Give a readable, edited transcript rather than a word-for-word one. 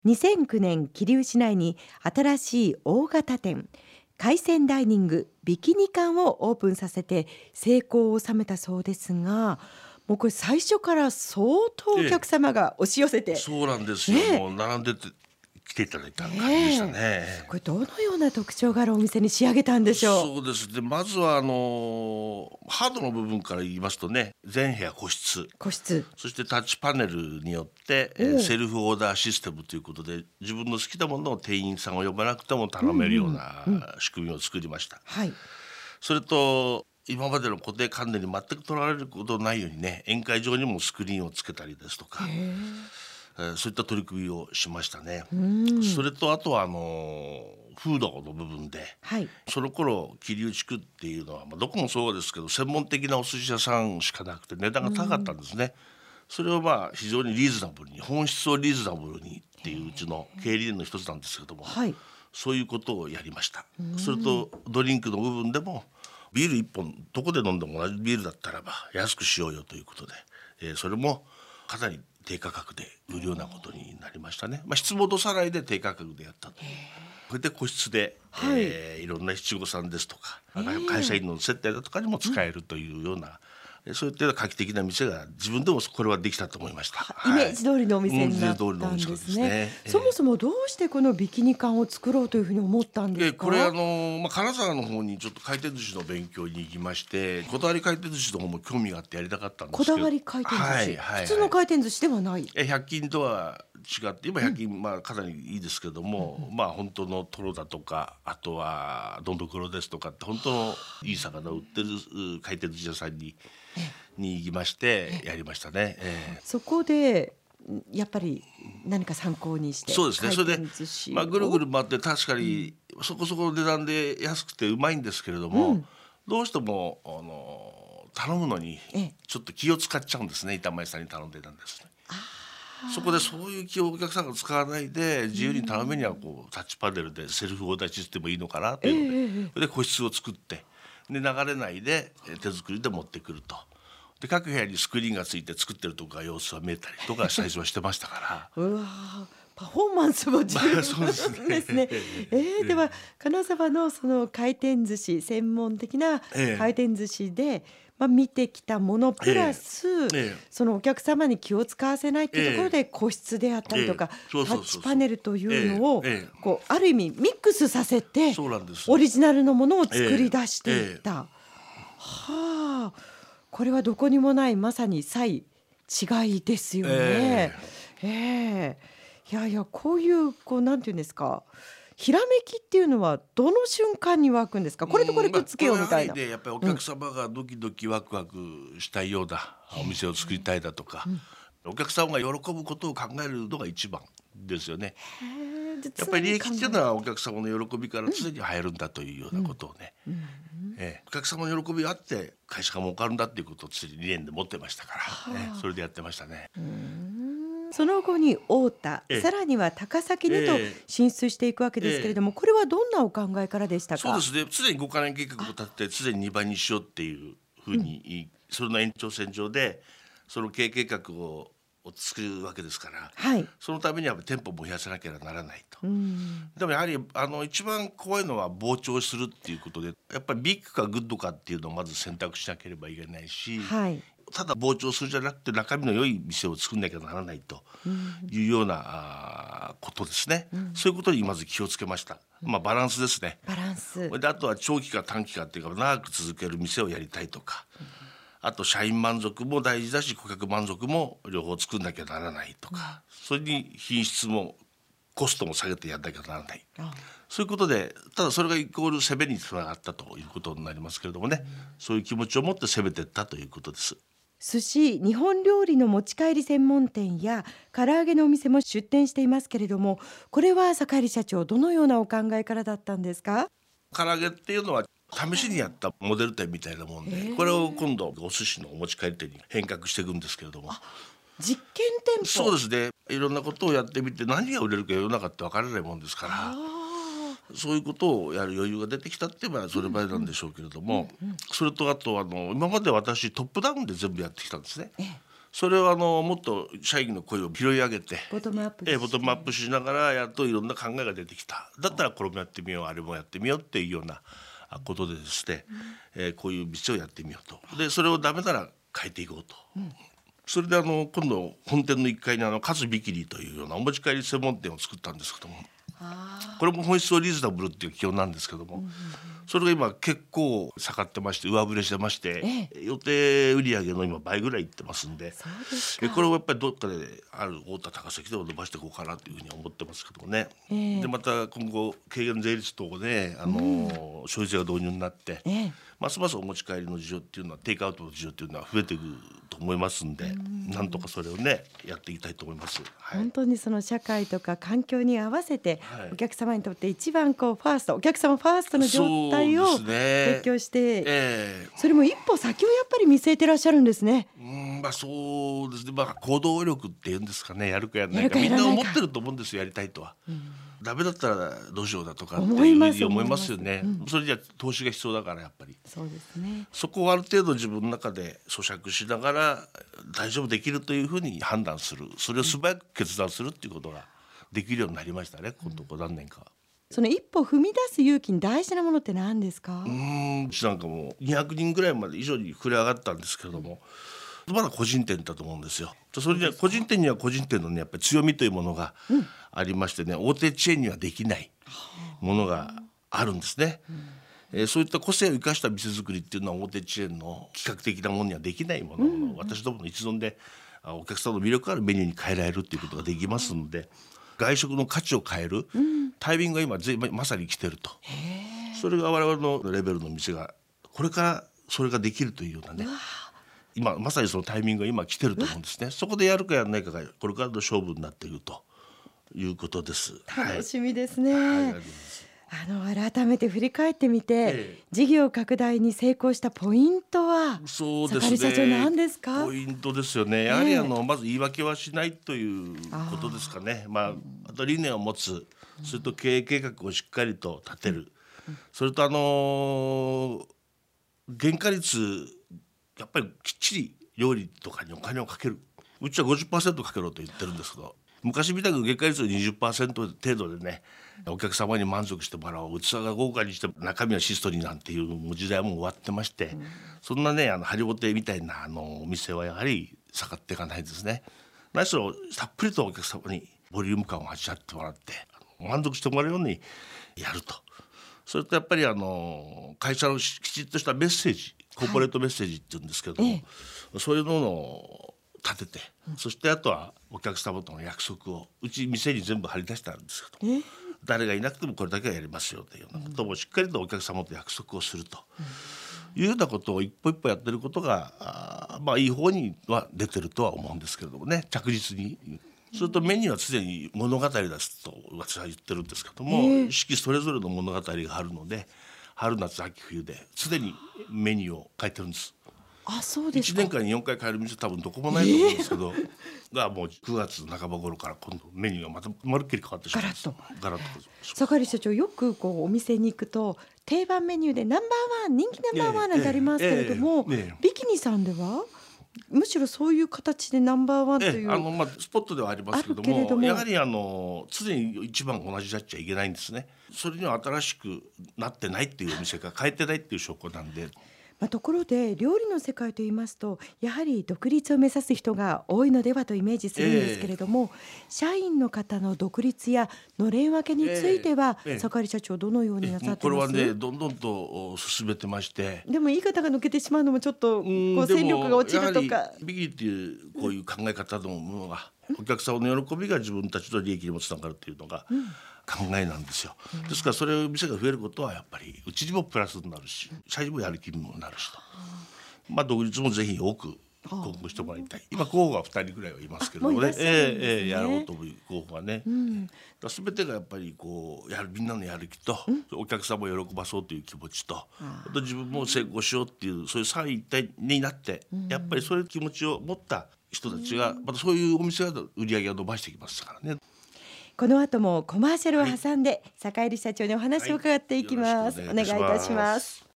2009年桐生市内に新しい大型店海鮮ダイニングビキニ館をオープンさせて成功を収めたそうですが、もうこれ最初から相当お客様が押し寄せて、 そうなんですよ、もう並んでて来ていただいた感じでしたね。 これどのような特徴があるお店に仕上げたんでしょう。 そうです。でまずはハードの部分から言いますとね、全部屋個室、そしてタッチパネルによって、セルフオーダーシステムということで、自分の好きなものを店員さんを呼ばなくても頼めるような仕組みを作りました。 はい、 それと今までの固定観念に全く取られることないようにね、宴会場にもスクリーンをつけたりですとか、そういった取り組みをしましたね。それとあとはフードの部分で、 はい、 その頃桐生地区っていうのは、どこもそうですけど専門的なお寿司屋さんしかなくて値段が高かったんですね。それを非常にリーズナブルに、本質をリーズナブルにっていううちの経営理念の一つなんですけども、 はい、 そういうことをやりました。それとドリンクの部分でもビール1本どこで飲んでも同じビールだったらば安くしようよということで、それもかなり低価格で売るようなことになりましたね。質戻さないで低価格でやったと。それで個室で、いろんな七五三ですとか、会社員の接待だとかにも使えるというような、そういった画期的な店が自分でもこれはできたと思いました。 イメージ通りのお店になったんですね。そもそもどうしてこのビキニ館を作ろうというふうに思ったんですか。 これ金沢の方にちょっと回転寿司の勉強に行きまして、こだわり回転寿司の方も興味があってやりたかったんですけど。 こだわり回転寿司、普通の回転寿司ではない。 100均とは違って、今100均かなりいいですけども、本当のトロだとか、あとはどんどころですとかって本当のいい魚を売ってる回転寿司屋さんに行きましてやりましたね。 そこでやっぱり何か参考にして。 そうですね。それでぐるぐる回って確かにそこそこの値段で安くてうまいんですけれども、どうしても頼むのにちょっと気を使っちゃうんですね。板前さんに頼んでたんですね。そこでそういう気をお客さんが使わないで自由に頼むにはタッチパネルでセルフオーダーシステムいいのかなというので、個室を作ってで流れないで手作りで持ってくると。で各部屋にスクリーンがついて作ってるとこが様子は見えたりとか最初はしてましたからうわパフォーマンスも十分ですね。では金沢のその回転寿司専門的な回転寿司で、見てきたものプラス、そのお客様に気を使わせないというところで個室であったりとか、タッチパネルというのをある意味ミックスさせてオリジナルのものを作り出していった。これはどこにもないまさに違いですよね。いやこういうなんていうんですか、ひらめきっていうのはどの瞬間に湧くんですか。これとこれくっつけようみたいな。 やっぱりお客様がドキドキワクワクしたいようなお店を作りたいだとか、お客様が喜ぶことを考えるのが一番ですよね。やっぱり利益っていうのはお客様の喜びから常に入るんだというようなことをね、お客様の喜びがあって会社が儲かるんだっていうことを常に理念で持ってましたから、それでやってましたね。 その後に太田、さらには高崎にと進出していくわけですけれども、これはどんなお考えからでしたか。 そうですね、常に5カ年計画を立てて常に2倍にしようっていうふうに、それの延長線上でその経営計画を作るわけですから、そのためには店舗も増やさなければならないと。でもやはり一番怖いのは膨張するっていうことで、やっぱりビッグかグッドかっていうのをまず選択しなければいけないし、ただ膨張するじゃなくて中身の良い店を作んなきゃならないというようなことですね。そういうことにまず気をつけました。バランスですね。であとは長期か短期かっていうか長く続ける店をやりたいとか、あと社員満足も大事だし顧客満足も両方作んなきゃならないとか、それに品質もコストも下げてやんなきゃならない、そういうことで、ただそれがイコール攻めにつながったということになりますけれどもね、そういう気持ちを持って攻めていったということです。 寿司、日本料理の持ち帰り専門店や唐揚げのお店も出店していますけれども、これは坂入社長どのようなお考えからだったんですか。 唐揚げっていうのは試しにやったモデル店みたいなもんで、これを今度お寿司のお持ち帰り店に変革していくんですけれども、 実験店舗。 そうですね、いろんなことをやってみて何が売れるか世の中って分からないもんですから、そういうことをやる余裕が出てきたって言えばそれまでなんでしょうけれども、それとあと今まで私トップダウンで全部やってきたんですね。 それをもっと社員の声を拾い上げてボトムアップしながらやっといろんな考えが出てきた。だったらこれもやってみようあれもやってみようっていうようなことでですね、こういう道をやってみようと。でそれをダメなら変えていこうと。それで今度本店の1階にカツビキニというようなお持ち帰り専門店を作ったんですけども、これも本質をリーズナブルっていう基本なんですけども、それが今結構盛ってまして上振れしてまして、予定売上の今倍ぐらいいってますんで、これをやっぱりどっかである太田高崎でも伸ばしていこうかなというふうに思ってますけどもね。でまた今後軽減税率等で消費税が導入になって、ますますお持ち帰りの需要っていうのはテイクアウトの需要っていうのは増えていくと思いますんで、なんとかそれをねやっていきたいと思います。 本当にその社会とか環境に合わせて、お客様にとって一番ファースト、お客様ファーストの状態を提供して、それも一歩先をやっぱり見据えてらっしゃるんですね。 そうですね、行動力っていうんですかね、やるかやらないかみんな思ってると思うんですよ、やりたいとは。ダメだったらどうしようだとかっていうふうに思いますよね。それじゃ投資が必要だからやっぱりそうですね。 そこをある程度自分の中で咀嚼しながら大丈夫できるというふうに判断する、それを素早く決断するっていうことができるようになりましたね、今度何年か。 その一歩踏み出す勇気に大事なものって何ですか？ うちなんかもう200人ぐらいまで以上に膨れ上がったんですけれども、まだ個人店だと思うんですよ。それには個人店には個人店のねやっぱり強みというものがありましてね、大手チェーンにはできないものがあるんですね。そういった個性を生かした店作りっていうのは大手チェーンの企画的なものにはできないものを私どもの一存でお客さんの魅力あるメニューに変えられるっていうことができますので、外食の価値を変えるタイミングが今まさに来てると。それが我々のレベルの店がこれからそれができるというようなね、今まさにそのタイミングが今来てると思うんですね。そこでやるかやらないかがこれからの勝負になっているということです。 楽しみですね。改めて振り返ってみて、事業拡大に成功したポイントはそうですね、 盛社長何ですか？ ポイントですよね。やはりまず言い訳はしないということですかね。あと理念を持つ、それと経営計画をしっかりと立てる、それと原価率やっぱりきっちり料理とかにお金をかける。うちは 50% かけろと言ってるんですけど、昔みたいに原価率 20% 程度でねお客様に満足してもらおう、器が豪華にして中身は質素になんていう時代はもう終わってまして、そんなねハリボテみたいなお店はやはり盛っていかないですね。何しろたっぷりとお客様にボリューム感を味わってもらって満足してもらうようにやると。それとやっぱり会社のきちっとしたメッセージ、コーポレートメッセージっていうんですけども、そういうものを立てて、そしてあとはお客様との約束をうち店に全部貼り出してあるんですけど、誰がいなくてもこれだけはやりますよというようなことをしっかりとお客様と約束をするというようなことを一歩一歩やってることがいい方には出てるとは思うんですけれどもね、着実に。それとメニューは常に物語ですと私は言ってるんですけども、四季それぞれの物語があるので、春夏秋冬で常にメニューを変えてるんです。 そうですか。 1年間に4回変える店多分どこもないと思うんですけど、もう9月半ば頃から今度メニューがまたまるっきり変わってしまうんです。ガラッと。 坂井社長、よくお店に行くと定番メニューでナンバーワン、人気ナンバーワンなんてありますけれども、ビキニさんではむしろそういう形でナンバーワンというスポットではありますけども、やはり常に一番同じじゃっちゃいけないんですね。それには新しくなってないっていうお店が変えてないっていう証拠なんで。 ところで料理の世界といいますとやはり独立を目指す人が多いのではとイメージするんですけれども、社員の方の独立やのれん分けについては、坂井社長どのようになさってます？ これはねどんどんと進めてまして、 でも言い方が抜けてしまうのもちょっと戦力が落ちるとか、 ビギっていうこういう考え方のものがお客様の喜びが自分たちの利益にもつながるというのが考えなんですよ。ですからそれを店が増えることはやっぱりうちにもプラスになるし、社員もやる気にもなるしと、独立もぜひ多く今後してもらいたい。今候補が2人ぐらいはいますけどもね、やろうという候補がね、全てがやっぱりみんなのやる気と、お客さんも喜ばそうという気持ちと、あと自分も成功しようっていうそういう三位一体になって、やっぱりそういう気持ちを持った人たちがまたそういうお店が売り上げを伸ばしてきますからね。 この後もコマーシャルを挟んで、坂井社長にお話を伺っていきます。お願いいたします。